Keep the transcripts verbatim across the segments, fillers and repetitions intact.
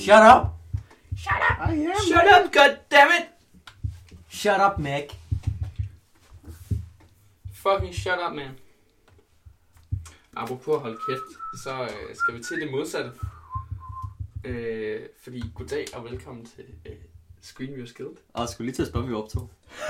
Shut up! Shut up! I am Shut up, goddammit! Shut up, Mac. Fucking shut up, man. Apropos at holde kæft, så øh, skal vi til det modsatte. Øh, fordi goddag og velkommen til øh, Screenviewers Guild. Og jeg skulle lige til at spørge, om vi optog.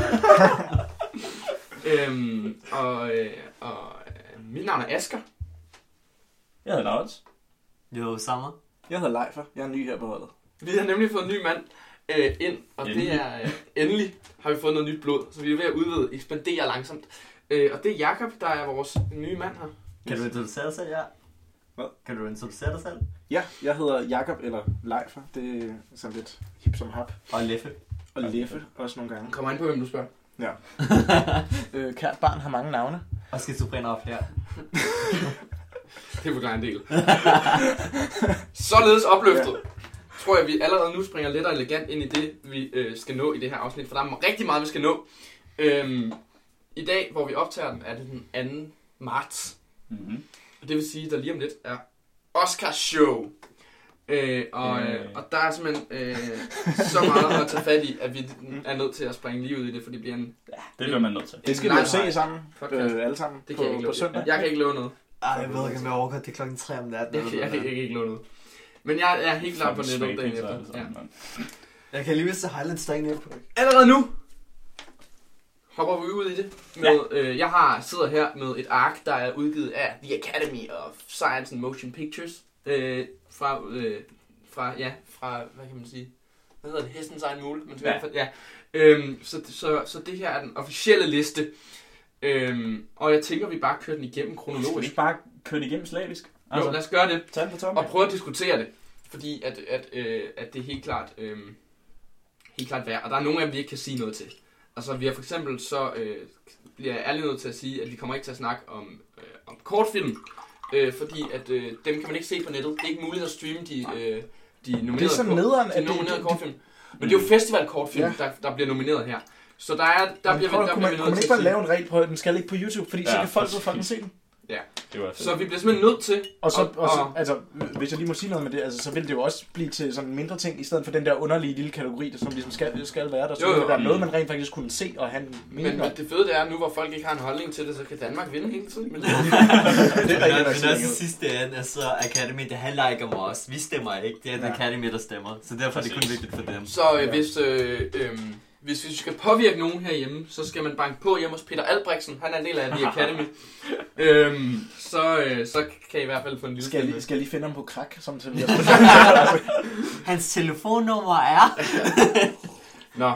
øhm, og øh, og øh, mit navn er Asger. Jeg hedder Laurits. Jo, samme. Jeg hedder Leifer. Jeg er ny her på holdet. Vi har nemlig fået en ny mand øh, ind, og Endelig. det er øh, endelig har vi fået noget nyt blod, så vi er ved at udvide, ekspandere langsomt. Øh, og det er Jakob, der er vores nye mand her. Kan du introducere dig selv, ja? Hvad? Kan du introducere dig selv? Ja, jeg hedder Jakob eller Leifer. Det er sådan lidt hip som hap. Og Leffe. Og Leffe også nogle gange. Kom an på, hvem du spørger. Ja. øh, kært barn har mange navne. Og skizofrener op her. Det forklarer en del. Således opløftet. Ja. Tror jeg, vi allerede nu springer let og elegant ind i det, vi øh, skal nå i det her afsnit. For der er rigtig meget, vi skal nå. Øhm, I dag, hvor vi optager den, er det den anden marts. Mm-hmm. Og det vil sige, at der lige om lidt er Oscars show. Øh, og, øh. Øh. og der er simpelthen øh, så meget at tage fat i, at vi er nødt til at springe lige ud i det, for det bliver en... Det bliver man nødt til. Det skal Nej, vi jo se nej. sammen. Podcast. Øh, alle sammen Det på, kan jeg ikke på love. søndag. Jeg kan ikke love noget. Ej, jeg ved ikke, om jeg overgår det klokken tre om natten. Jeg kan, jeg kan, jeg kan ikke love noget. Men jeg er helt klar på netop dagen Fucking efter. svag pizza, Ja. altså, mand. Jeg kan lige vise Highlands der ikke på. Allerede nu hopper vi ud i det. Med, ja. øh, jeg har sidder her med et ark, der er udgivet af The Academy of Science and Motion Pictures. Øh, fra, øh, fra, ja, fra, hvad kan man sige? Hvad hedder det? Hestens egen mule? Men Ja. ja. Øhm, så, så, så det her er den officielle liste. Øhm, og jeg tænker, vi bare kører den igennem Skal vi kronologisk. ikke bare køre det igennem slavisk? Jo, lad os gøre det. Tag den på toppen. Og prøve at diskutere det. Fordi at, at, øh, at det er helt klart, øh, helt klart værd. Og der er nogle af dem, vi ikke kan sige noget til. Altså vi har for eksempel så, øh, bliver jeg ærlig nødt til at sige, at vi kommer ikke til at snakke om, øh, om kortfilm. Øh, fordi at øh, dem kan man ikke se på nettet. Det er ikke muligt at streame de, øh, de nominerede, Det er så kort- nederen, de at det- nominerede det- kortfilm. Men det er jo festivalkortfilm, Ja. der, der bliver nomineret her. Så der, er, der Men bliver, prøv, vi, der kunne bliver man, vi kunne man nødt ikke til at bare sige. lave en regel på, at den skal ligge på YouTube, fordi ja, så Ja, kan folk så præcis. fucking se den. Ja. Det var fedt. Så vi bliver simpelthen nødt til. Og så, Og- og så og- altså, hvis jeg lige må sige noget med det, altså, så vil det jo også blive til sådan mindre ting, i stedet for den der underlige lille kategori, der som ligesom skal, skal være der. Så Jo, jo. vil der noget, man rent faktisk kunne se og have en Men, mening om. men det fede det er, nu hvor folk ikke har en holdning til det, så kan Danmark vinde hele tiden. Men Det er Men, rigtig men nok også i sådan. sidste ende, altså Academy, det handler ikke om os. Vi stemmer ikke, det er The Ja. Academy, der stemmer. Så derfor er det kun Præcis. vigtigt for dem. Så øh, hvis, øh, øh, hvis, hvis vi skal påvirke nogen herhjemme, så skal man banke på hjemme hos Peter Albrechtsen. Han er en del af The Academy. øhm, så, øh, så kan I i hvert fald få en lille Skal jeg, stemme. lige, skal jeg lige finde ham på krak, som til Hans telefonnummer er... Nå.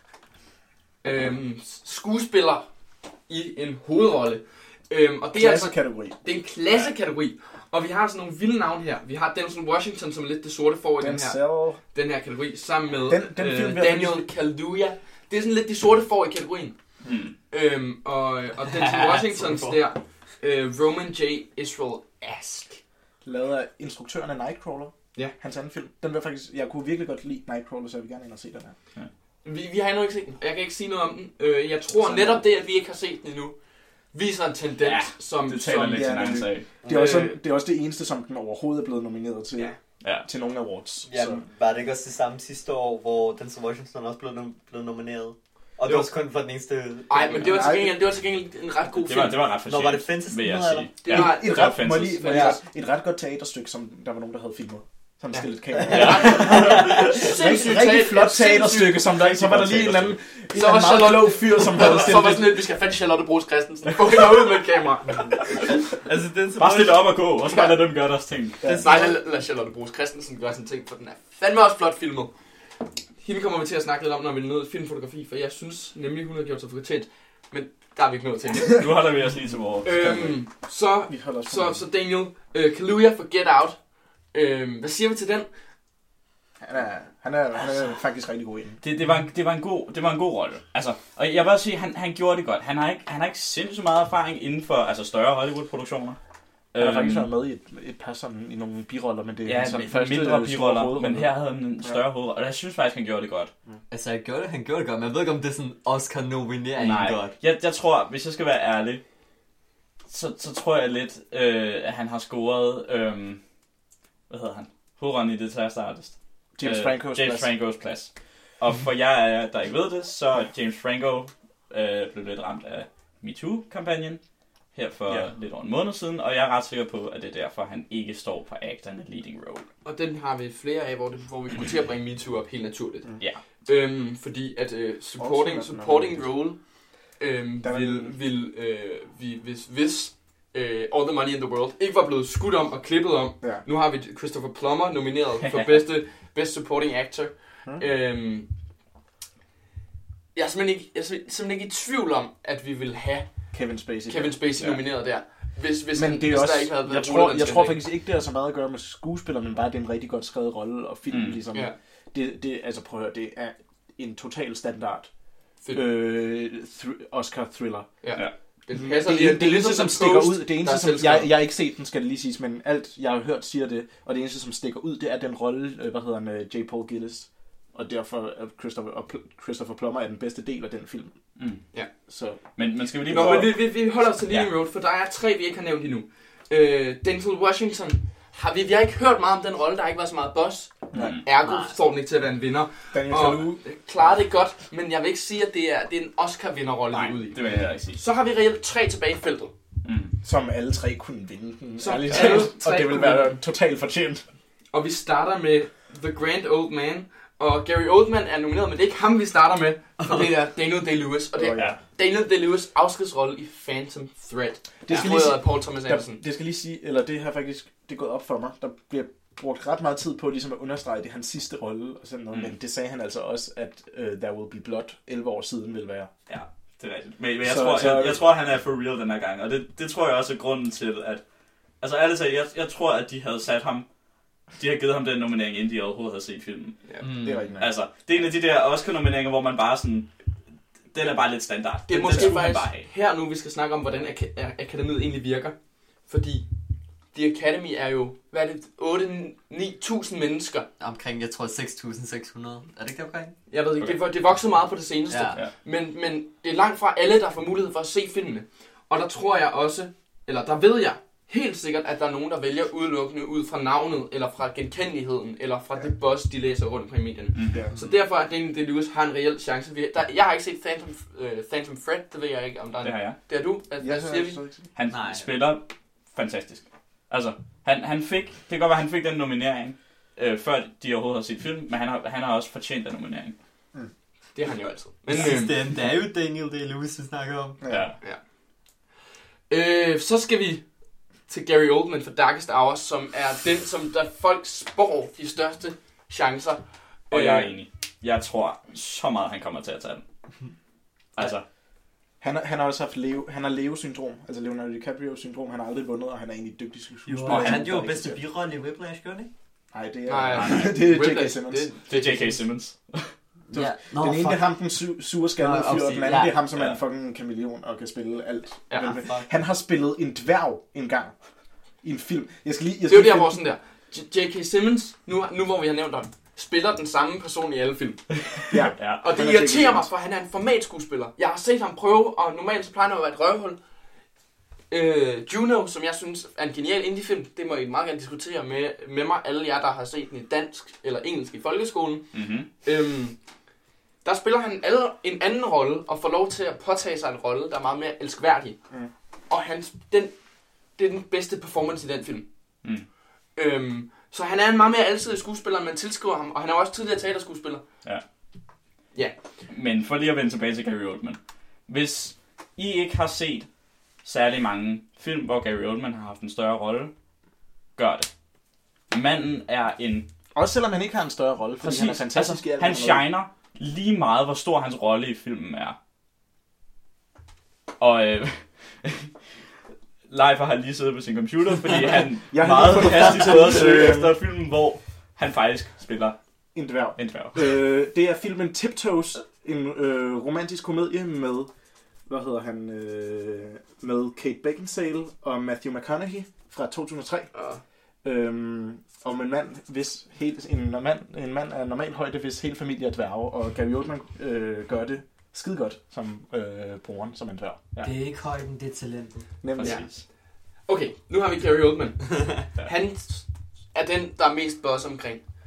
Øhm, skuespiller i en hovedrolle. Øhm, og det er, altså, kategori. det er en klassekategori. Og vi har altså nogle vilde navne her. Vi har Denzel Washington, som er lidt det sorte får i den Den her, selv. den her kategori, sammen med Den- den øh, film vil jeg Daniel Kaluuya. Det er sådan lidt de sorte får i kategorien. Hmm. Øhm, og, og Denzel Washingtons Sorte der, øh, Roman J. Israel Ask. Lavet af instruktøren af Nightcrawler. Ja. Hans anden film. Den vil jeg faktisk, jeg kunne virkelig godt lide Nightcrawler, så jeg vil gerne ind og se den her. Vi, vi har endnu ikke set den, og jeg kan ikke sige noget om den. Øh, jeg tror Sådan. netop det, at vi ikke har set den endnu, viser en tendens, Ja, som... Det taler som lidt ja, til en anden det- sag. Det er, også, Øh. sådan, det er også det eneste, som den overhovedet er blevet nomineret til, Ja. Ja. til nogle awards. Jamen, var det ikke også det samme sidste år, hvor Denzel Washington også blev, nom- blev nomineret? Og det Jo. var også kun for den eneste... Ej, men det var Ej, til gengæld, det var til gengæld en ret god Det film. var, det var ret for Nå, var det Fences vil jeg eller? sige. Det Ja, var- Et, det var ret, må jeg lige, Fences. må jeg Ja. lige- et ret godt teaterstykke, som der var nogen, der havde filmet. Sådan Ja. stillet kamera. Ja. Rigtig, Sindssygt rigtig teater- flot sindssygt- teaterstykke, som der, så var der lige en eller anden, en Så eller var anden meget Charlotte- klog fyr, som havde Så var stillet sådan lidt, vi skal have fat i Charlotte Brugs Christensen. Få hende ud med et kamera. Altså, Denzel Bare stille op og gå, og så bare lad dem gøre deres ting. Ja. Nej, lad, lad Charlotte Brugs Christensen gøre sådan en ting, for den er fandme også flot filmet. Hende kommer vi til at snakke lidt om, når vi er nede i filmfotografi, for jeg synes nemlig, hun har gjort sig fortjent. Men der er vi ikke nået til. Nu holder vi os lige til vores. øhm, så, Vi holder os så, så Daniel øh, Kaluuya for Get Out. Øhm, hvad siger vi til den? Han er, han er, han er faktisk rigtig god i den. Det, det, var en, det, var en god, det var en god rolle. Altså, og jeg vil også sige, han, han gjorde det godt. Han har ikke, han har ikke sindssygt meget erfaring inden for altså, større Hollywood-produktioner. Han har Øhm, faktisk været med i et, et par sådan, i nogle biroller, men det er Ja, sådan med, første mindre store biroller, hovedrolle. men her havde han en større hovedrolle, og jeg synes faktisk, han gjorde det godt. Altså, han gjorde det, han gjorde det godt, men jeg ved ikke, om det er sådan Oscar-nominering Nej, godt. jeg, jeg tror, hvis jeg skal være ærlig, så, så tror jeg lidt, øh, at han har scoret, øh, hvad hedder han, hovedrollen i The Disaster Artist. James øh, Franco's James plads. Franco's plads. Og for jer, der ikke ved det, så er James Franco øh, blev lidt ramt af MeToo-kampagnen her for Ja. lidt over en måned siden, og jeg er ret sikker på, at det er derfor, han ikke står på actorne leading role. Og den har vi flere af, hvor, det, hvor vi kommer til at bringe MeToo op helt naturligt. Mm. Ja. Øhm, fordi at uh, supporting, Også, supporting role øhm, Der er vil, en- vil øh, vi, hvis, hvis øh, All the Money in the World ikke var blevet skudt om og klippet om. Ja. Nu har vi Christopher Plummer nomineret for bedste best supporting actor. Hmm. Øhm, jeg er simpelthen ikke, jeg er simpelthen ikke i tvivl om, at vi vil have Kevin Spacey. Kevin Spacey Ja. nomineret der. Hvis, hvis, Men han, det er hvis også, der ikke havde været jeg, rullet tror, den jeg tror skandale. faktisk ikke, det har så meget at gøre med skuespiller, men bare, at det er en rigtig godt skrevet rolle, og film Mm. ligesom, Ja. det, det, altså prøv at høre, det er en total standard Fedt. øh, thr- Oscar-thriller. Ja. Ja. Den Det, passer det, lige. det, det eneste, som stikker Post, ud, det der eneste, er som, selvskrevet. jeg, jeg har ikke set den, skal det lige siges, men alt, jeg har hørt, siger det, og det eneste, som stikker ud, det er den rolle, øh, hvad hedder han, øh, J. Paul Gillis, og derfor er Christopher, og Pl- Christopher Plummer er den bedste del af den film. Mm. Så Men, men skal vi lige Nå, prøve... men vi, vi, vi holder os til Leading Ja. Road, for der er tre, vi ikke har nævnt endnu. Øh, Denzel Washington. Har vi, vi har ikke hørt meget om den rolle, der har ikke været så meget boss. Nej. Ergo Nej. står den ikke til at være en vinder. Daniel Og Kaluuya, klarer det godt, men jeg vil ikke sige, at det er, det er en Oscar-vinderrolle, vi Nej, er ude i. det vil jeg heller ikke sige. Så har vi reelt tre tilbage i feltet. Mm. som alle tre kunne vinde den, Som ærligt alle talt, tre og det vil kunne være vinde. totalt fortjent. Og vi starter med The Grand Old Man. Og Gary Oldman er nomineret, men det er ikke ham, vi starter med. For det er Daniel Day-Lewis. Og det er Ja. Daniel Day-Lewis afskedsrolle i Phantom Thread. Det skal Det lige er sige- af Paul Thomas Anderson. Der, det skal lige sige, eller det har faktisk det er gået op for mig. Der bliver brugt ret meget tid på ligesom at understrege, det er hans sidste rolle og sådan noget. Mm. Men det sagde han altså også, at uh, There Will Be Blood elleve år siden vil være. Ja, det er rigtigt. Men, men jeg, Så- tror, så- jeg, jeg tror, han er for real den her gang, og det, det tror jeg også er grunden til, at... Altså ærligt talt, jeg, jeg tror, at de havde sat ham... De har givet ham den nominering, inden de overhovedet havde set filmen. Ja. Mm. Det er rigtig nok. Altså, det er en af de der Oscar-nomineringer, hvor man bare sådan... Den er bare lidt standard. Det er Den- måske den skulle han faktisk bare have. her nu, vi skal snakke om, hvordan ak- ak- akademiet egentlig virker. Fordi The Academy er jo, hvad er det, otte til ni tusind mennesker. Omkring, jeg tror, seks tusind seks hundrede. Er det ikke omkring? Jeg ved ikke, Okay. det, er- det voksede meget på det seneste. Ja. Ja. Men, men det er langt fra alle, der får mulighed for at se filmene. Og der tror jeg også, eller der ved jeg helt sikkert, at der er nogen, der vælger udelukkende ud fra navnet, eller fra genkendeligheden, eller fra det boss, de læser rundt på i medierne. Mm. Ja. Så derfor er Daniel Day-Lewis har en reel chance. Vi, der, jeg har ikke set Phantom, uh, Phantom Thread, det ved jeg ikke, om der er Det har jeg. Det har du? Hvad, hvad siger vi? Han Nej. spiller fantastisk. Altså, han, han fik... Det kan godt være, han fik den nominering, øh, før de overhovedet har set film, men han har, han har også fortjent den nominering. Det har han jo altid. Men, Men, øh, det, det er jo Daniel Day-Lewis, vi snakker om. Ja. Ja. øh, så skal vi til Gary Oldman for Darkest Hours, som er den, som der folk spår de største chancer. Og jeg er Øh, enig. Jeg tror så meget, han kommer til at tage den. Altså, Han, har- han har også haft Leo, han har Leo-syndrom, altså Leonardo DiCaprio-syndrom. Han har aldrig vundet, og han er egentlig dygtig skuespiller. Jo, og han han- er jo bedste birolle i Whiplash, gør det ikke? Nej, det er, Nej, det er J K Whiplash, Simmons. det- det er J K. Simmons. Så Ja. Nå, den ene, fuck. det er ham, den su- sure skaldede Nå, fyr, og den opstil. anden, Ja. det er ham, som er Ja. en fucking kameleon og kan spille alt. Ja, Men- fuck. Han har spillet en dværg en gang i en film. Jeg skal lige, jeg Det skal er jo der, lige hvor finde- sådan der. J K. Simmons, nu, nu hvor vi har nævnt ham, spiller den samme person i alle film. Ja. Ja. Og det Han er irriterer J K. mig, for han er en formatskuespiller. Jeg har set ham prøve, og normalt så plejer han at være et røvhul. Øh, Juno, som jeg synes er en genial indie-film, det må I meget gerne diskutere med, med mig, alle jer, der har set den i dansk eller engelsk i folkeskolen. Mm-hmm. Øhm, der spiller han alle, en anden rolle, og får lov til at påtage sig en rolle, der er meget mere elskværdig. Mm. Og han, den, det er den bedste performance i den film. Mm. Øhm, så han er en meget mere alsidig skuespiller, man tilskriver ham, og han er også tidligere teaterskuespiller. Ja. Ja. Men for lige at vende tilbage til Gary Oldman. Hvis I ikke har set særlig mange film, hvor Gary Oldman har haft en større rolle, gør det. Manden er en... Også selvom han ikke har en større rolle, fordi Præcis, han er fantastisk altså, i alt. han han laver. shiner lige meget, hvor stor hans rolle i filmen er. Og øh, Leif har lige siddet på sin computer, fordi han Jeg har meget lige fundet hastigt frem prøvede til, at søge øh, efter filmen, hvor han faktisk spiller En dværg. en dværg. Øh, det er filmen Tiptoes, en øh, romantisk komedie med, hvad hedder han, øh, med Kate Beckinsale og Matthew McConaughey fra to tusind og tre. Ja. Øhm, om en mand, hvis helt, en, mand, en mand er normal højde, hvis hele familien er dværge, og Gary Oldman øh, gør det skide godt som øh, broren, som en dværg. Ja. Det er ikke højden, det er talentet. Nemlig. Præcis. Okay, nu har vi Gary Oldman. Han er den, der er mest boss omkring.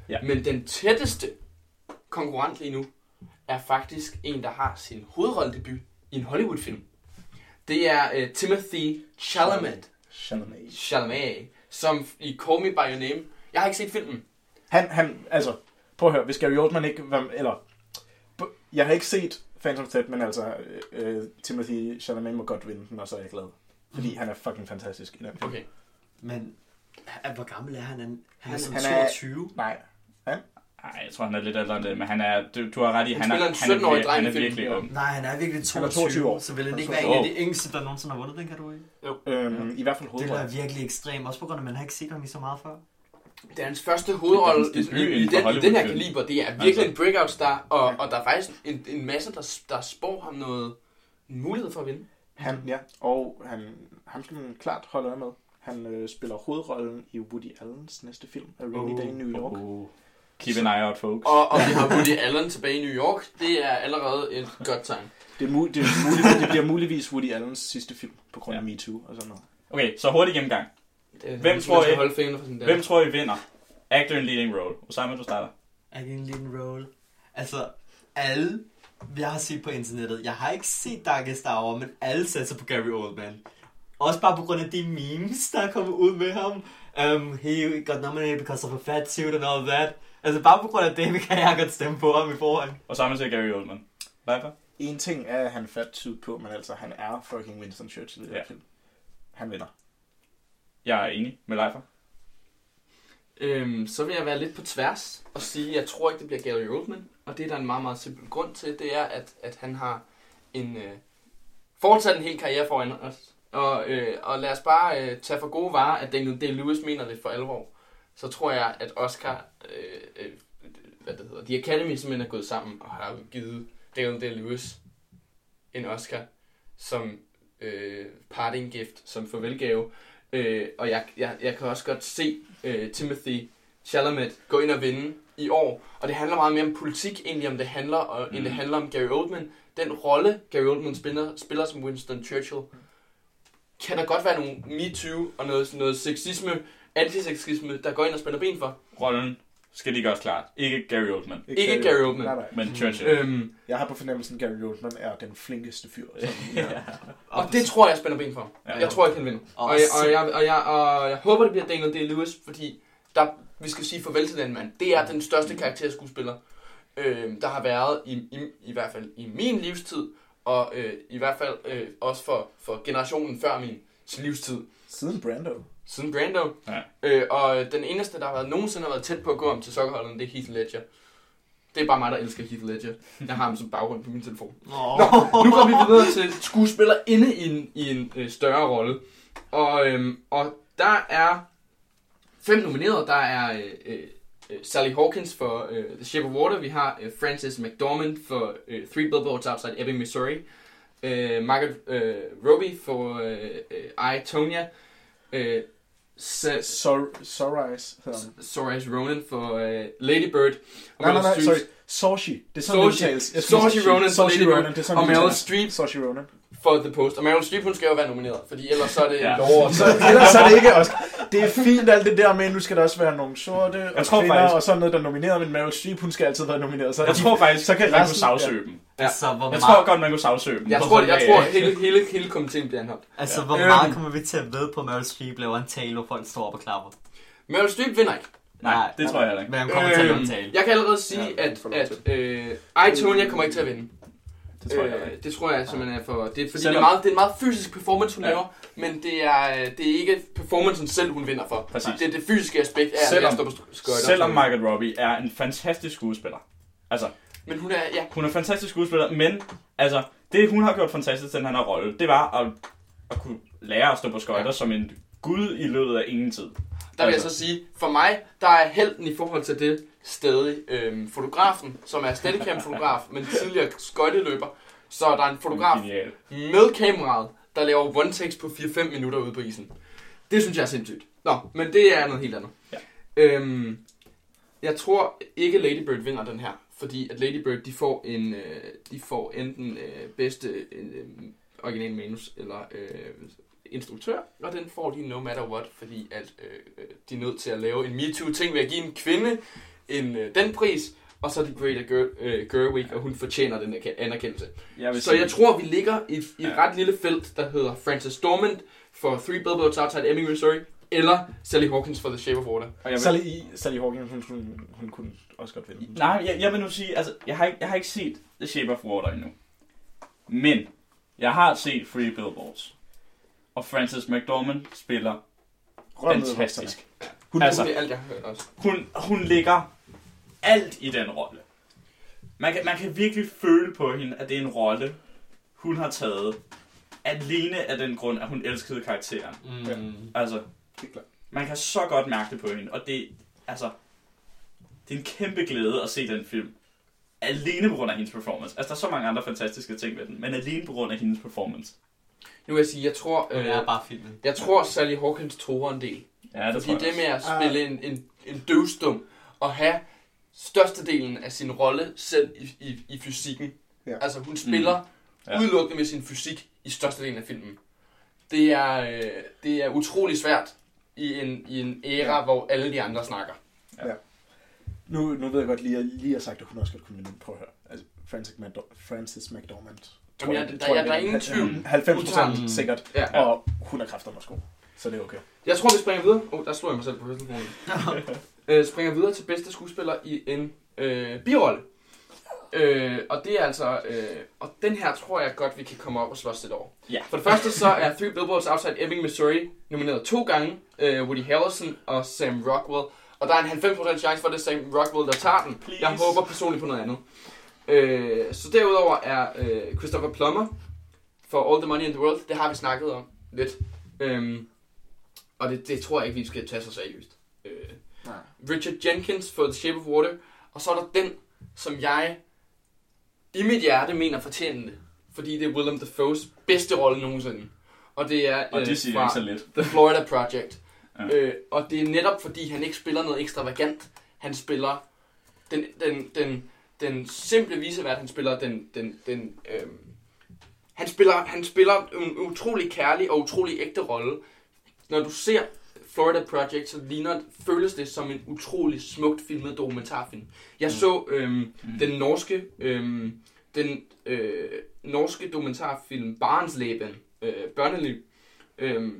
Ja. Men den tætteste konkurrent lige nu er faktisk en, der har sin hovedrolledebut i en Hollywood-film. Det er uh, Timothy Chalamet. Chalamet. Chalamet, som i Call Me By Your Name. Jeg har ikke set filmen. Han, han, altså, prøv at høre, hvis Gary Oldman ikke var, eller, jeg har ikke set Phantom Thread, men altså, øh, Timothy Chalamet må godt vinde den, og så er jeg glad. Fordi han er fucking fantastisk i den film. Okay. Men hvor gammel er han? Han, han er som han toogtyve. Er, nej. Han? Nej, jeg tror, han er lidt ældre end det, men han er, du, du har ret i, Han han, spiller er, en han, er, sytten-årig vir- dreng han i er filmen. virkelig ung. Nej, han er virkelig Han er toogtyve, toogtyve år. så vil det Han ikke er være en af toogtyve de yngste, der nogensinde har vundet den kategori. Jo. Øhm, I hvert fald Det er hovedrollen. virkelig ekstremt, også på grund af, at man har ikke set ham i så meget før. Det er hans første hovedrolle Det er hans i, debut i, i, inden for den, i den her Hollywood-film. kaliber. Det er virkelig Altså. en breakout star, og, og der er faktisk en, en masse, der, der spår ham noget en mulighed for at vinde. Han, ja, og han, ham skal man klart holde øje med. Han øh, spiller hovedrollen i Woody Allens næste film, A Rainy Day in New York. Oh. Keep an eye out, folks. Og, og vi har Woody Allen tilbage i New York. Det er allerede et godt tegn. Det, er mu- det, er muligt, det bliver muligvis Woody Allens sidste film, på grund af Ja. MeToo og sådan noget. Okay, så hurtig gennemgang. Det, Hvem tror I- holde fingrene for sådan der. Hvem tror I vinder? Actor in leading role. Osama, du starter. Er det en lille role? Altså, alle, jeg har set på internettet, jeg har ikke set Darkest Hour, men alle sætter på Gary Oldman. Også bare på grund af de memes, der er kommet ud med ham. Um, he got nominated because of a fat suit and all that. Altså bare på grund af det, kan jeg godt stemme på ham i forhånd. Osama siger Gary Oldman. Leifer? En ting er, at han er fat syd på, men altså, han er fucking Winston Churchill i den Ja. film. Han vinder. Jeg er enig med Leifer. Øhm, så vil jeg være lidt på tværs og sige, at jeg tror ikke, det bliver Gary Oldman. Og det er der en meget, meget simpel grund til. Det er, at, at han har en øh, fortsat en hel karriere foran os. Og, øh, og lad os bare øh, tage for gode varer, at Daniel Day-Lewis mener det for alvor. Så tror jeg, at Oscar, øh, øh, hvad det hedder, The Academy simpelthen er gået sammen og har givet Daniel Day-Lewis en Oscar som øh, parting gift, som farvelgave. Øh, og jeg, jeg, jeg kan også godt se øh, Timothy Chalamet gå ind og vinde i år. Og det handler meget mere om politik, egentlig om det handler, og, mm. end det handler om Gary Oldman. Den rolle, Gary Oldman spiller, spiller som Winston Churchill, kan der godt være nogle MeToo og noget, noget sexisme, antiseksisme, der går ind og spænder ben for. Rollen skal lige gøres klart. Ikke Gary Oldman, Ikke Gary Oldman. Nej, nej. men Churchill. Øhm, Jeg har på fornemmelsen, at Gary Oldman er den flinkeste fyr. Sådan, Ja. og det tror jeg spænder ben for. Ja. Jeg tror, jeg kan vinde. Og jeg, og, jeg, og, jeg, og jeg håber, det bliver Daniel Day-Lewis, fordi der, vi skal sige farvel til den mand. Det er den største karakterskuespiller, øh, der har været, i, i, i hvert fald i min livstid, og øh, i hvert fald øh, også for, for generationen før min livstid. Siden Brando. Siden Brando. Ja. Øh, og den eneste, der har været, nogensinde har været tæt på at gå om til sokkerholderen, det er Heath Ledger. Det er bare mig, der elsker Heath Ledger. Jeg har ham som baggrund på min telefon. Oh. Nå, nu går vi videre til skuespiller inde i en, i en øh, større rolle. Og, øhm, og der er fem nominerede. Der er øh, øh, Sally Hawkins for øh, The Shape of Water. Vi har øh, Frances McDormand for øh, Three Billboards Outside Ebbing, Missouri. Øh, Margaret øh, Robbie for øh, øh, I, Tonya. Øh, Sa- Sor- Sorrise hedder han. Saoirse Ronan for øh, Lady Bird. Og Nej, nej, Meryl nej, Streep. sorry. Saoirse. Det er sådan, det Saoirse. udtales. Jeg skulle Saoirse sige- Ronan for Saoirse Lady Bird. Ronan, det er sådan, Og det Meryl udtales. Streep Saoirse Ronan. for The Post. Og Meryl Streep, hun skal jo være nomineret, fordi ellers så er det Ja. ja. lov at Så ellers er det ikke også. Det er fint alt det der med, nu skal der også være nogle sorte og tror kvinder faktisk- og sådan noget, der er nomineret, men Meryl Streep, hun skal altid være nomineret. Så Jeg tror faktisk, så kan man kunne resten- sagsøge dem. Ja. Altså, hvor Jeg meget, tror godt, man kunne sagsøge dem. Jeg tror, jeg tror hele, hele, hele komiteen bliver anholdt. altså, Ja. hvor Øhm. meget kommer vi til at ved på, at Meryl Streep laver en tale, hvor folk står op og klapper? Meryl Streep vinder ikke. Nej, det tror jeg heller ikke. Men han kommer til at lave en Øhm, tale. jeg kan allerede sige, Ja, at, får lov at øh, I, Tonya kommer ikke til at vinde. Det tror jeg heller Øh, ikke. det tror jeg simpelthen er for... Det er, fordi det er, Selvom- meget, det er en meget fysisk performance, hun Ja. laver, men det er, det er ikke performancen selv, hun vinder for. Præcis. Det er det fysiske aspekt af, at Selvom- jeg står på skøjter. Selvom Margaret Robbie er en fantastisk skuespiller. Altså, Men hun er... Ja, hun er en fantastisk skuespiller, men altså, det hun har gjort fantastisk, den her rolle, det var at, at kunne lære at stå på skøjter ja. som en gud i løbet af ingen tid. der vil jeg Altså. så sige, for mig, der er helten i forhold til det stadig øhm, fotografen, som er steadicam-fotograf, men tidligere skøjteløber. Så der er en fotograf Genial. med kameraet, der laver one-takes på fire til fem minutter ude på isen. Det synes jeg er sindssygt. Nå, men det er noget helt andet. Ja. Øhm, jeg tror ikke Lady Bird vinder den her, fordi at Lady Bird, de får en, øh, de får enten øh, bedste øh, original manus eller øh, instruktør, og den får de no matter what, fordi at øh, de er nødt til at lave en MeToo-ting ved at give en kvinde end øh, den pris, og så er det Greta Ger- øh, Gerwig, og hun fortjener den anerkendelse. Jeg så jeg tror, vi ligger i, i et ja. ret lille felt, der hedder Frances Dormand for Three Billboards Outside Ebbing, Missouri, eller Sally Hawkins for The Shape of Water. Og jeg vil... Sally, Sally Hawkins, hun, hun, hun kunne også godt vinde. Nej, jeg, jeg vil nu sige, altså, jeg har, ikke, jeg har ikke set The Shape of Water endnu. Men jeg har set Three Billboards. Og Frances McDormand spiller Rømmet fantastisk. Hun, altså, hun, alt, jeg har hørt også. Hun, hun ligger alt i den rolle. Man kan, man kan virkelig føle på hende, at det er en rolle, hun har taget alene af den grund, at hun elskede karakteren. Mm. Altså, man kan så godt mærke det på hende, og det, altså, det er en kæmpe glæde at se den film. Alene på grund af hendes performance. Altså, der er så mange andre fantastiske ting ved den, men alene på grund af hendes performance. Nu vil jeg sige, jeg tror, øh, det er bare filmen. Jeg tror, Sally Hawkins tog en del. Ja, det fordi det med at spille en, en, en døvstum og have størstedelen af sin rolle selv i, i, i fysikken. Ja. Altså, hun spiller mm. ja. udelukkende med sin fysik i størstedelen af filmen. Det er, øh, det er utrolig svært i en, i en æra, ja. hvor alle de andre snakker. Ja. Ja. Nu, nu ved jeg godt lige, at lige har sagt, at hun også godt kunne vinde. Prøv at høre. Altså, Frances, McDor- Frances McDormand. Jamen, jeg, der, jeg, der er ingen tvivl. halvfems procent sikkert. Ja. Og hun er kræfter måske. Så det er okay. Jeg tror, vi springer videre. Åh, oh, der slår jeg mig selv på høstelkronen. øh, springer videre til bedste skuespiller i en øh, birolle. Øh, og det er altså... Øh, og den her tror jeg godt, vi kan komme op og slås lidt over. Ja. For det første så er Three Billboards Outside Ebbing, Missouri nomineret to gange. Øh, Woody Harrelson og Sam Rockwell. Og der er en halvfems procent chance for, at det er Sam Rockwell, der tager den. Please. Jeg håber personligt på noget andet. Øh, så derudover er øh, Christopher Plummer for All the Money in the World. Det har vi snakket om lidt. Øhm, og det, det tror jeg ikke, vi skal tage så seriøst. Øh, Richard Jenkins for The Shape of Water. Og så er der den, som jeg i mit hjerte mener fortjente. Fordi det er Willem Dafoes bedste rolle nogensinde. Og det er og det øh, fra så lidt. The Florida Project. Ja. Øh, og det er netop fordi, han ikke spiller noget ekstravagant. Han spiller den, den, den, den simple visevært. Han spiller den... den, den øh, han, spiller, han spiller en utrolig kærlig og utrolig ægte rolle. Når du ser Florida Project, så ligner, føles det som en utrolig smukt filmet dokumentarfilm. Jeg så øhm, mm. den norske øhm, den øh, norske dokumentarfilm Barnsleben, øh, børneliv, øh,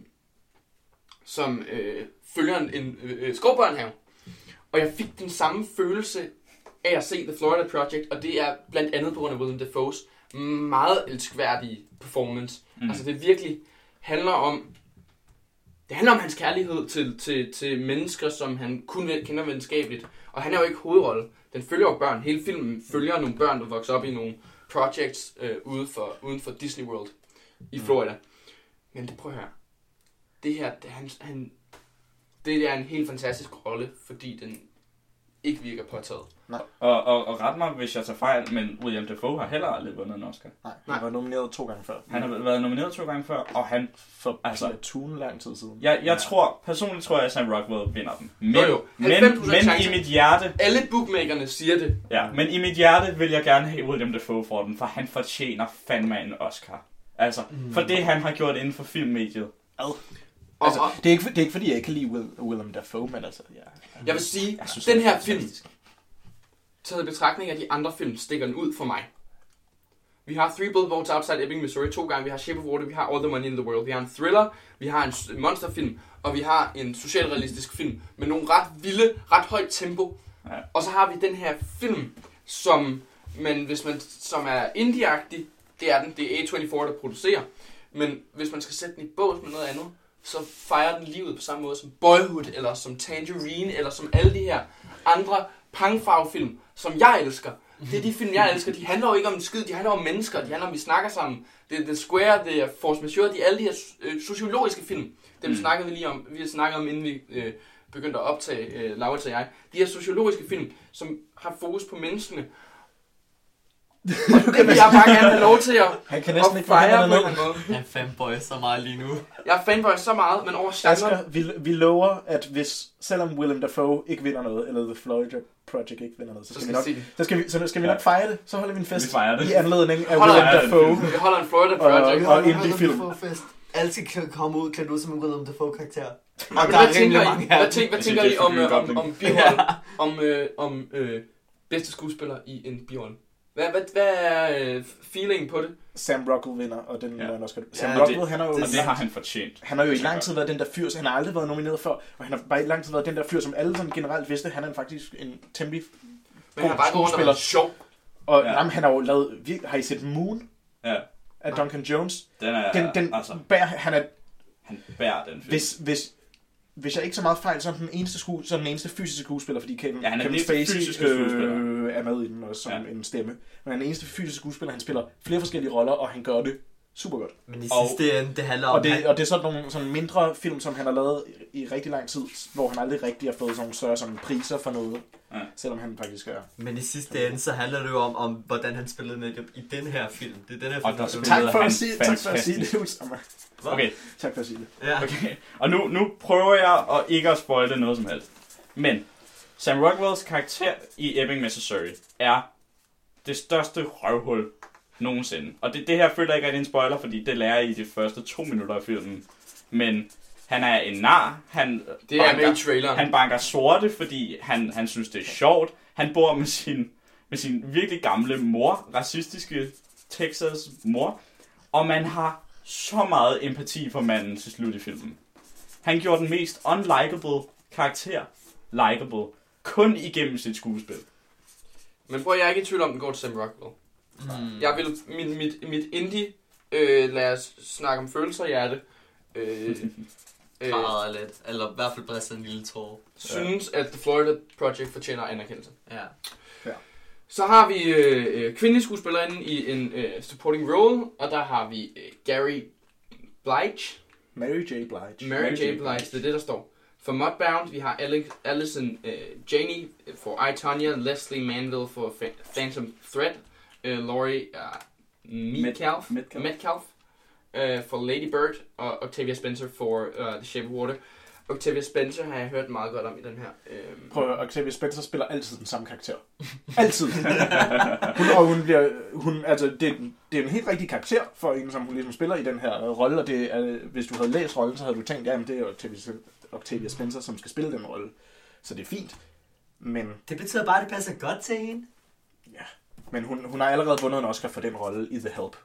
som øh, følger en, en øh, skovbørnehave. Og jeg fik den samme følelse af at se The Florida Project, og det er blandt andet på grund af Willem Dafoes meget elskværdige performance. Mm. Altså det virkelig handler om Det handler om hans kærlighed til, til, til mennesker, som han kun kender venskabeligt. Og han er jo ikke hovedrolle. Den følger jo børn. Hele filmen følger nogle børn, der vokser op i nogle projects øh, uden, for, uden for Disney World i Florida. Men det, prøv at høre. Det her, det, han, han, det er en helt fantastisk rolle, fordi den ikke virker påtaget. Nej. Og, og, og ret mig, hvis jeg tager fejl, men William Dafoe har heller aldrig vundet en Oscar. Nej, han har været nomineret to gange før. Han har været nomineret to gange før, og han... For altså, Platoon lang tid siden. Jeg, jeg ja. tror, personligt tror jeg, at Sam Rockwell vinder den. Men, jo, jo. men, men i mit hjerte... Alle bookmakerne siger det. Ja, men i mit hjerte vil jeg gerne have William Dafoe for den, for han fortjener fandme en Oscar. Altså, mm. for det han har gjort inden for filmmediet. Ad. Altså, det, er ikke, det er ikke fordi, jeg ikke kan lide Will, Willem Dafoe, men altså... Ja, jeg vil sige, jeg synes, den her film, taget i betragtning af de andre film, stikker den ud for mig. Vi har Three Billboards Outside Ebbing, Missouri to gange, vi har Shape of Water, vi har All the Money in the World, vi har en thriller, vi har en monsterfilm, og vi har en socialrealistisk film med nogle ret vilde, ret højt tempo. Ja. Og så har vi den her film, som, man, hvis man, som er indie-agtig, det er den, det er A tyve-fire, der producerer, men hvis man skal sætte den i bås med noget andet, så fejrer den livet på samme måde som Boyhood, eller som Tangerine, eller som alle de her andre pangfarvefilm, som jeg elsker. Det er de film, jeg elsker. De handler jo ikke om en skid, de handler om mennesker, de handler om, vi snakker sammen. Det er The Square, det er Force Majeure, de er alle de her øh, sociologiske film. Dem mm. snakkede vi lige om, vi har snakket om, inden vi øh, begyndte at optage, øh, Laurits og jeg. De her sociologiske film, som har fokus på menneskene. Og det vil jeg bare gerne have lov til at, han kan næsten at ikke fejre på en måde. Jeg er fanboy så meget lige nu. Jeg er fanboy så meget, men over genren... Asger, vi, vi lover, at hvis, selvom Willem Dafoe ikke vinder noget, eller The Florida Project ikke vinder noget, så skal, så skal vi nok, så skal vi, så skal vi nok fejre det. Så holder vi en fest vi det. I anledning af holder, Willem Dafoe. Vi holder en Florida Project. Og, og indie-film. alle skal komme ud, klædt ud som en Willem Dafoe-karakter. Og Men der er hvad tænker rimelig I, mange hvad, her. tænk, hvad Jeg tænker synes, I det er om, for øh, om, Green om birolle? om øh, om øh, bedste skuespiller i en birolle? Hvad, hvad, hvad er øh, feelingen på det? Sam Rockwell vinder, og den Ja. ja. også Sam Ja, ja, Rockwell, han har jo... Og det har han fortjent. Han har jo i lang tid været den der fyr, han har aldrig været nomineret før, og han har bare i lang tid været den der fyr, som alle sådan generelt vidste, han er faktisk en temmelig Men han har bare gået rundt og skuespiller. været sjov. Og Ja. ja. jamen, han har jo lavet, vir- har I set Moon Ja, af Duncan Jones? den er, Den, den altså, bærer, han er, han bærer den film. hvis, hvis, hvis jeg ikke så meget fejl, så er han den eneste, sku, så er den eneste fysiske skuespiller, fordi Kevin, Ja, han er Kevin den eneste Spacey fysiske skuespiller. øh, er med i den også som Ja. ja. en stemme. Men han er den eneste fysiske skuespiller, han spiller flere forskellige roller, og han gør det super godt. Men i Og- sidste ende, det handler om... Og det, han- og det er sådan nogle sådan mindre film, som han har lavet i, i rigtig lang tid, hvor han aldrig rigtig har fået sådan nogle større sådan priser for noget, Ja. selvom han faktisk er. Men i sidste ende, så handler det jo om, om hvordan han spillede med det i den her film. Det er den her Og film, der der spillede Tak for han at sige, tak for at sige fantastisk. det, Usama. Hvad? Okay, Tak for at sige det. Ja. okay. Og nu, nu prøver jeg at ikke at spoile noget som helst. Men Sam Rockwells karakter i Ebbing, Missouri er det største røvhul nogensinde. Og det, det her føler jeg ikke rigtig en spoiler, fordi det lærer I i de første to minutter af filmen. Men han er en nar. Han Det er med banker- i traileren. Han banker sorte, fordi han, han synes, det er sjovt. Han bor med sin, med sin virkelig gamle mor, racistiske Texas mor. Og man har så meget empati for manden til slut i filmen. Han gjorde den mest unlikable karakter likable, kun igennem sit skuespil. Men prøv, jeg er ikke i tvivl om, den går til Sam Rockwell. Mm. Jeg vil, mit, mit, mit indie, øh, lad os snakke om følelser, hjerte, øh, øh, Græder lidt. Eller i hvert fald bristet en lille tår. synes, at The Florida Project fortjener anerkendelse. Ja. Så har vi øh, kvindelige skuespillerinde i en øh, supporting role, og der har vi øh, Gary Blige, Mary J. Blige. Mary J. Blige, det er det, der står. For Mudbound, vi har Alex, Allison øh, Janney for I, Tonya, Leslie Manville for Fa- Phantom Thread, øh, Laurie uh, Metcalf, Metcalf. Metcalf øh, for Lady Bird, og Octavia Spencer for uh, The Shape of Water. Octavia Spencer har jeg hørt meget godt om i den her. Øh, Prøv at Octavia Spencer spiller altid den samme karakter. Altid. hun, og hun bliver, hun, altså, det, det er en helt rigtig karakter for en, som hun ligesom spiller i den her rolle, og det er, hvis du havde læst rollen, så havde du tænkt, ja, men det er Octavia, Octavia Spencer, som skal spille den rolle. Så det er fint. Men, Det betyder bare, at det passer godt til hende. men hun, hun har allerede vundet en Oscar for den rolle i The Help.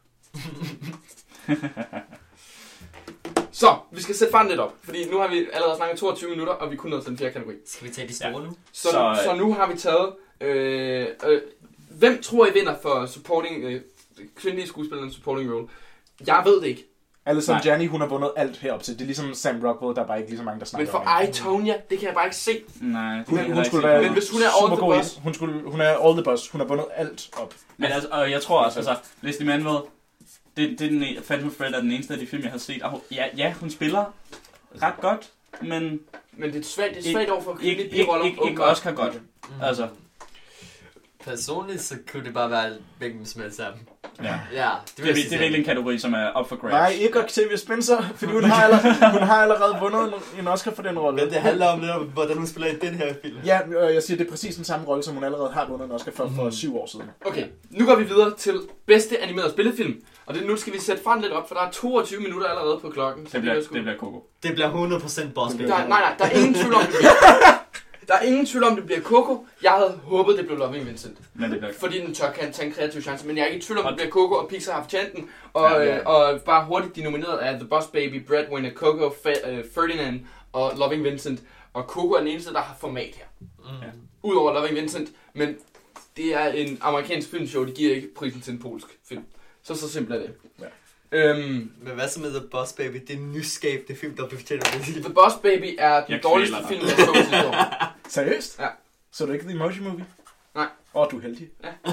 Så, vi skal sætte farten lidt op, fordi nu har vi allerede snakket toogtyve minutter, og vi kun nået til den fjerde kategori. Skal vi tage de store Ja. nu? Så, Så, så, øh, så nu har vi taget... Øh, øh, hvem tror I vinder for supporting, øh, kvindelige skuespillere supporting role? Jeg ved det ikke. Alison Nej. Janney, hun har vundet alt herop til. Det er ligesom Sam Rockwell, der er bare ikke lige så mange, der Men snakker for om hende. I, Tonya, det kan jeg bare ikke se. Nej, det Hun, kan jeg hun ikke skulle se. være Men hvis hun er all super the god i- boss- Hun, skulle, hun er all the boss. Hun har vundet alt op. Men altså, og jeg tror også, altså, Leslie Manville, det, det er den en, Phantom Thread er den eneste af de film, jeg har set. Og hun, ja, ja, hun spiller ret godt, men Men det er svagt, det er svagt over for ikke, kvindelige ikke, biroller. ikke, ikke Oscar godt. Mm. Altså, Personligt, så kunne det bare være begge dem smeltet sammen. ja. Ja, Det er, det er virkelig en kategori, som er op for grabs. Nej, ikke Octavia Spencer, fordi hun har, allerede, hun har allerede vundet en- en Oscar for den rolle. Men det handler om lidt om, hvordan hun spiller i den her film. Ja, og jeg siger, det er præcis den samme rolle, som hun allerede har vundet en Oscar for for syv år siden. Okay, nu går vi videre til bedste animeret spillefilm. Og det, nu skal vi sætte farten lidt op, for der er toogtyve minutter allerede på klokken. Så Det bliver, er sgu- det bliver Coco. Det bliver hundrede procent boss Det baby. Der, nej, nej, der er ingen tvivl om, det bliver... Der er ingen tvivl om, det bliver Coco. Jeg havde håbet, det blev Loving Vincent. Men det bliver Fordi den tør kan tage en kreativ chance. Men jeg er ikke i tvivl om, det bliver Coco, og Pixar har fortjent den. Og, Ja, ja, ja. ja. og bare hurtigt, de nomineret er The Boss Baby, Breadwinner, Coco, Fe- uh, Ferdinand og Loving Vincent. Og Coco er den eneste, der har format her. Mm. Udover Loving Vincent. Men det er en amerikansk filmshow, de giver ikke prisen til en polsk film. Så så simpelt er det. Ja. Øhm, Men hvad så med The Boss Baby? Det er en nyskabte film, der fortjener det. The Boss Baby er den Jeg dårligste kvæler film, dig. jeg så sidste år. Seriøst? Ja. Så du ikke The Emoji Movie? Nej. Åh, oh, du er heldig.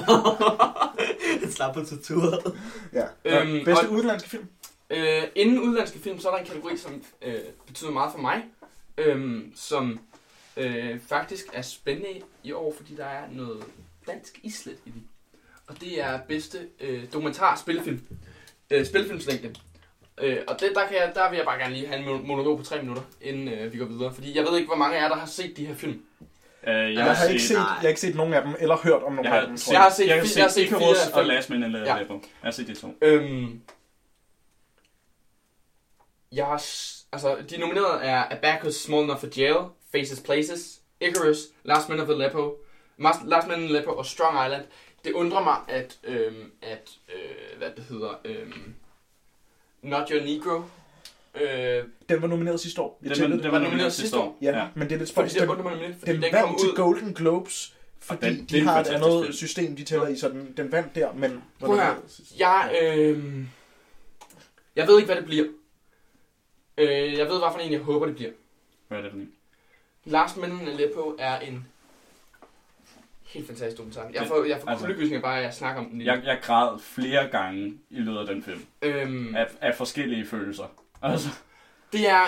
Den slap på tortur. Ja. Øhm, Øhm, bedste og- udenlandske film? Øh, inden udlandske film, så er der en kategori, som øh, betyder meget for mig, øhm, som øh, faktisk er spændende i år, fordi der er noget dansk islet i den. Og det er bedste øh, dokumentar spillefilm. Øh, spillefilmslængde. Øh, og det, der, kan jeg, der vil jeg bare gerne lige have en mon- monolog på tre minutter, inden øh, vi går videre. Fordi jeg ved ikke, hvor mange af jer, der har set de her film. Øh, jeg, Jeg har, ikke set, nej. jeg har ikke set nogen af dem, eller hørt om nogen jeg af har dem. set, tror Jeg har set jeg har fi- set, jeg har set Icarus fire af og fem. Last Man in the Ja. Label. Jeg har set de to. Øhm, jeg har... Altså, de nominerede er Abacus, Small Enough for Jail, Faces Places, Icarus, Last Man of Aleppo, Last Man in Aleppo og Strong Island. Det undrer mig, at, øhm, at øh, hvad det hedder, øhm, Not Your Negro. Øh, Den var nomineret sidste år. Den, den, den var nomineret sidste år. Ja, ja, men det er lidt spøjst. Den, Den, den, den, den vandt til Golden Globes, fordi den, de har et andet film. system, de tæller i, så den, den vandt der, men... Prøv her, jeg, øh, jeg ved ikke, hvad det bliver. Øh, jeg ved, hvad for en jeg håber, det bliver. Hvad er det for en? Last Man in Aleppo er en helt fantastisk dokumentar. Jeg får, jeg får altså, kuldegysninger bare, at jeg snakker om den. Jeg, jeg græd flere gange i løbet af den film. Øhm, af, af forskellige følelser. Altså. Det er...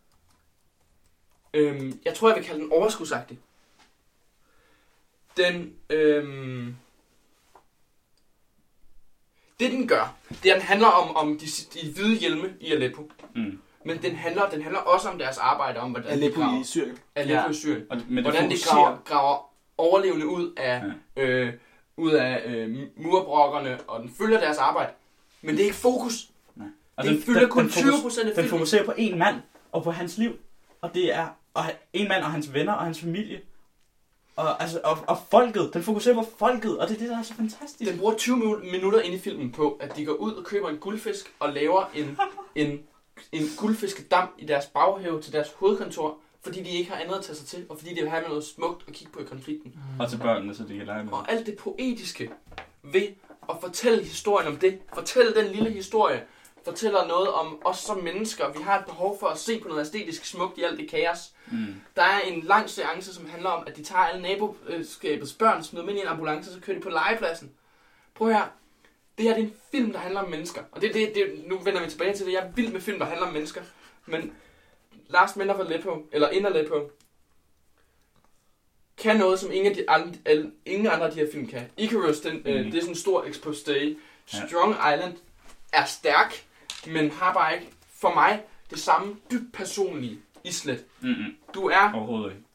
Øhm, jeg tror, jeg vil kalde den overskudsagtig. Den... Øhm, det, den gør, det er, den handler om, om de, de hvide hjelme i Aleppo. Mm. Men den handler, den handler også om deres arbejde, om hvordan Aleppo de graver, i Syrien. Aleppo ja. i Syrien. Og, men hvordan de graver, graver overlevende ud af, ja. øh, ud af øh, murbrokkerne, og den følger deres arbejde. Men det er ikke fokus. Nej. Og det fylder kun tyve procent af filmen. Den fokuserer på en mand og på hans liv. Og det er og en mand og hans venner og hans familie. Og, altså, og, og folket. Den fokuserer på folket, og det er det, der er så fantastisk. Den bruger tyve minutter ind i filmen på, at de går ud og køber en guldfisk og laver en, en, en guldfiskedam i deres baghave til deres hovedkontor, fordi de ikke har andet at tage sig til, og fordi de vil have noget smukt at kigge på i konflikten. Mm. Og til børnene, så de kan lege med. Og alt det poetiske ved at fortælle historien om det, fortælle den lille historie, fortæller noget om os som mennesker. Vi har et behov for at se på noget æstetisk smukt i alt det kaos. Mm. Der er en lang seance, som handler om, at de tager alle naboskabets børn, smider dem ind i en ambulance, så kører de på legepladsen. Prøv her. Det her det er en film, der handler om mennesker. Og det, det, det, nu vender vi tilbage til det. Jeg er vild med film, der handler om mennesker. Men Last Man of Aleppo, eller In Aleppo, kan noget, som ingen af de andre, alle, ingen andre af de her film kan. Icarus, den, mm. øh, det er sådan en stor exposé. Ja. Strong Island er stærk, men har bare ikke, for mig, det samme dybt personlige islet. Mm-mm. Du er... Overhovedet ikke.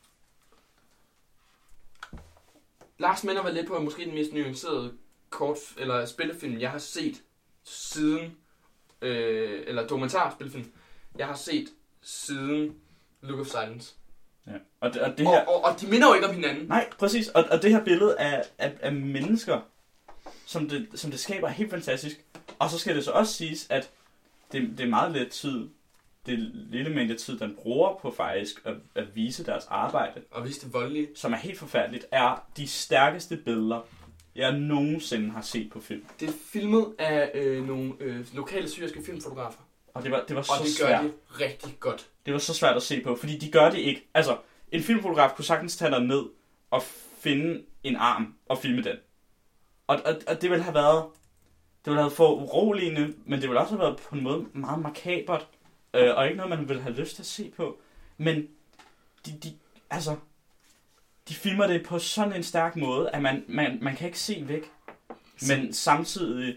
Last Man of Aleppo er måske den mest nuancerede kort, eller spillefilm, jeg har set siden... Øh, eller dokumentarspillefilm, jeg har set siden Look of Silence. Ja. Og, det, og, det her... og, og, og de minder jo ikke om hinanden. Nej, præcis. Og, og det her billede af, af, af mennesker, som det, som det skaber, er helt fantastisk. Og så skal det så også siges, at det, det er meget lidt tid, det lille mængde tid, den bruger på faktisk at, at vise deres arbejde, og vise det voldelige, som er helt forfærdeligt, er de stærkeste billeder, jeg nogensinde har set på film. Det er filmet af øh, nogle øh, lokale syriske filmfotografer. Og det var, det var og så det gør svært. det rigtig godt. Det var så svært at se på, fordi de gør det ikke. Altså, en filmfotograf kunne sagtens tage dig ned og finde en arm og filme den. Og, og, og det ville have været, det ville have været for uroligende, men det ville også have været på en måde meget makabert, øh, og ikke noget, man ville have lyst til at se på. Men de, de, altså, de filmer det på sådan en stærk måde, at man, man, man kan ikke se væk. Men samtidig,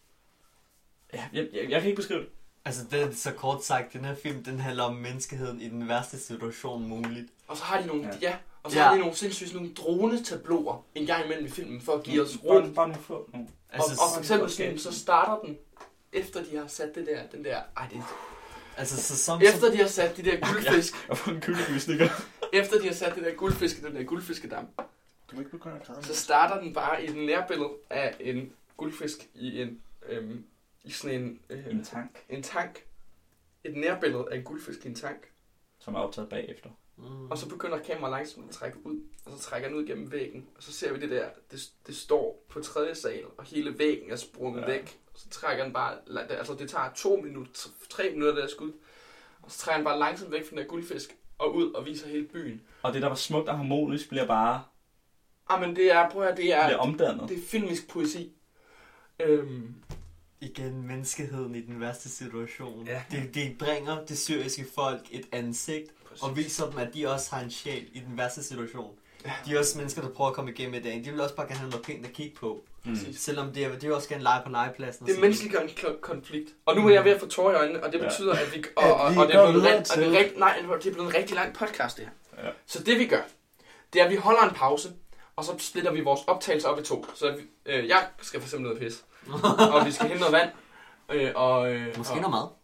ja, jeg, jeg, jeg kan ikke beskrive det. Altså, det er så kort sagt, den her film, den handler om menneskeheden i den værste situation muligt. Og så har de nogle, ja, ja og så ja. har de nogle sindssygt nogle dronetabloer en gang imellem i filmen, for at give os ro. Bare, bare nogle få. No. Altså, og, og for eksempel sådan, så starter den, efter de har sat det der, den der, ej det altså, så som, efter de har sat de der guldfisk. Jeg får en kyldegysninger. Efter de har sat det der guldfisk, den der guldfiskedam. Du må ikke begynde at så starter den bare i den nærbillede af en guldfisk i en, øhm, i sådan en, øh, en tank. En tank. Et nærbillede af en guldfisk i en tank. Som er optaget bagefter. Mm. Og så begynder kameraet langsomt at trække ud, og så trækker den ud gennem væggen. Og så ser vi det der, det, det står på tredje sal, og hele væggen er sprunget ja. væk. Og så trækker den bare, altså det tager to minutter, tre minutter der skud. Og så trækker den bare langsomt væk fra den der guldfisk, og ud og viser hele byen. Og det der var smukt og harmonisk bliver bare... Ah, men det er, prøv at det er... bliver omdannet. Det er filmisk poesi. Øhm... Igen, menneskeheden i den værste situation. Ja. Det, det bringer det syriske folk et ansigt, præcis, og viser dem, at de også har en sjæl i den værste situation. Ja. De er også mennesker, der prøver at komme igennem i dagen. De vil også bare gerne have noget pænt at kigge på. Mm. Selvom det er, de vil også gerne lege på legepladsen. Det er menneskelig konflikt. Og nu er jeg ved at få tårer i øjnene, og det betyder, ja. at vi... Og, og, vi og, det er blevet rigt, og det er rigt, nej, det er blevet en rigtig lang podcast, det her. Ja. Så det vi gør, det er, at vi holder en pause, og så splitter vi vores optagelser op i to. Så vi, øh, jeg skal for eksempel noget pis. Og vi skal hente noget vand. Øh, og, øh, Måske og, noget mad.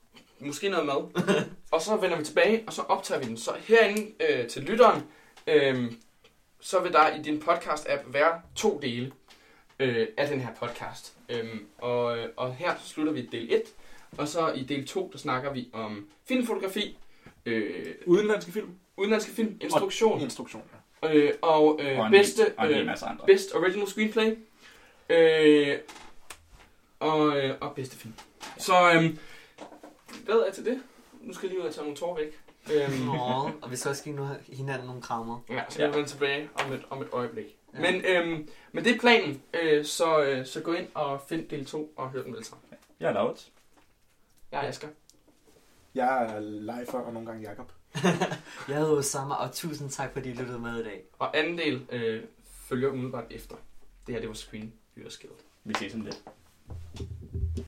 måske noget mad. Og så vender vi tilbage, og så optager vi den. Så herinde øh, til lytteren, øh, så vil der i din podcast-app være to dele øh, af den her podcast. Øh, og, og her slutter vi del et, og så i del to, der snakker vi om filmfotografi, øh, Udenlandske film. udenlandske film, instruktion, Og instruktion, øh, og, øh, Og en bedste, hel- og en hel øh, masse andre. best original screenplay, øh, og, øh, og bedste film. Så øh, hvad er til det? Nu skal jeg lige ud og tage nogle tår væk. Øhm, Nå, og vi skal også give nu- hinanden nogle krammer. ja, så Ja. vi vender tilbage om et, om et øjeblik. Ja. Men, øhm, men det er planen, øh, så, øh, så gå ind og find del to og hør den vel sammen. Jeg er Laurits. Jeg er Asger. Jeg er Leifer og nogle gange Jakob. Jeg hedder Osama, og tusind tak, fordi I lyttede med i dag. Og anden del øh, følger umiddelbart efter. Det her, det var Screen Viewer Skill. Vi ses om lidt.